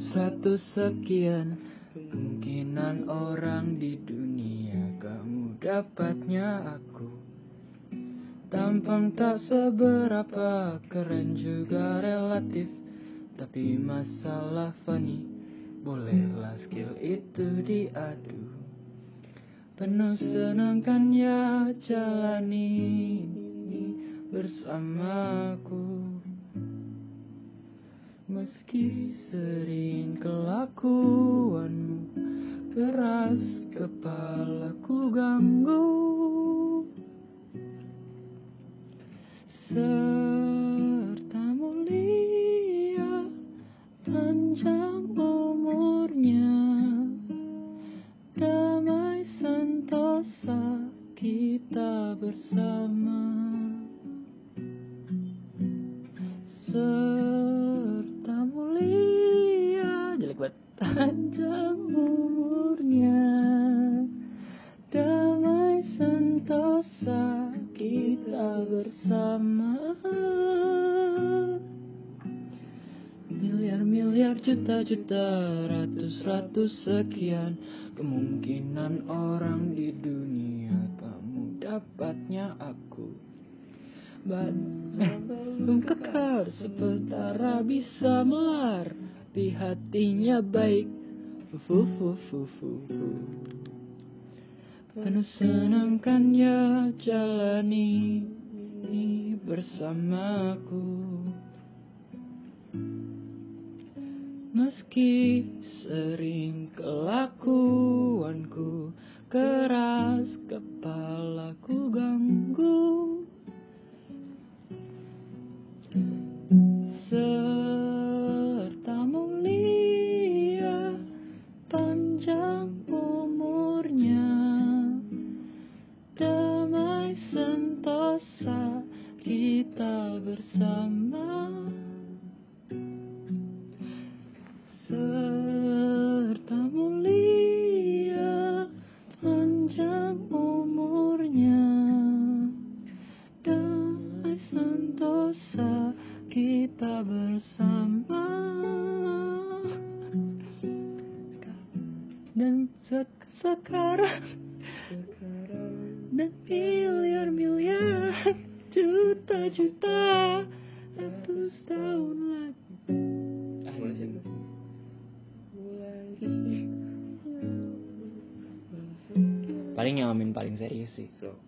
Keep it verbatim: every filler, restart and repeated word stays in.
ratus sekian kemungkinan orang di dunia, kamu dapatnya aku. Tampang tak seberapa, keren juga relatif, tapi masalah funny, bolehlah skill itu diadu. Penuh senang kan ya jalani bersamaku, meski sering kelakuanmu keras kepalaku ganggu. Serta mulia panjang umurnya, damai sentosa kita bersama. Serta mulia, jelek banget, panjang umurnya, damai sentosa kita bersama. Miliar-miliar, juta-juta, ratus-ratus sekian kemungkinan orang di dunia, kamu dapatnya aku. Belum kekal sementara bisa melar di hatinya baik. Fufu fufu fufu. Penuh senang kan ya jalani bersamaku, meski sering kelakuanku keras kepalaku ganggu. Serta mulia panjang umurnya, damai sentosa kita bersama. Serta mulia panjang umurnya, damai sentosa kita bersama. Dan sek- sekarang dan miliar-miliar, juta-juta, ratus tahun lagi. Paling yang amin paling serius sih.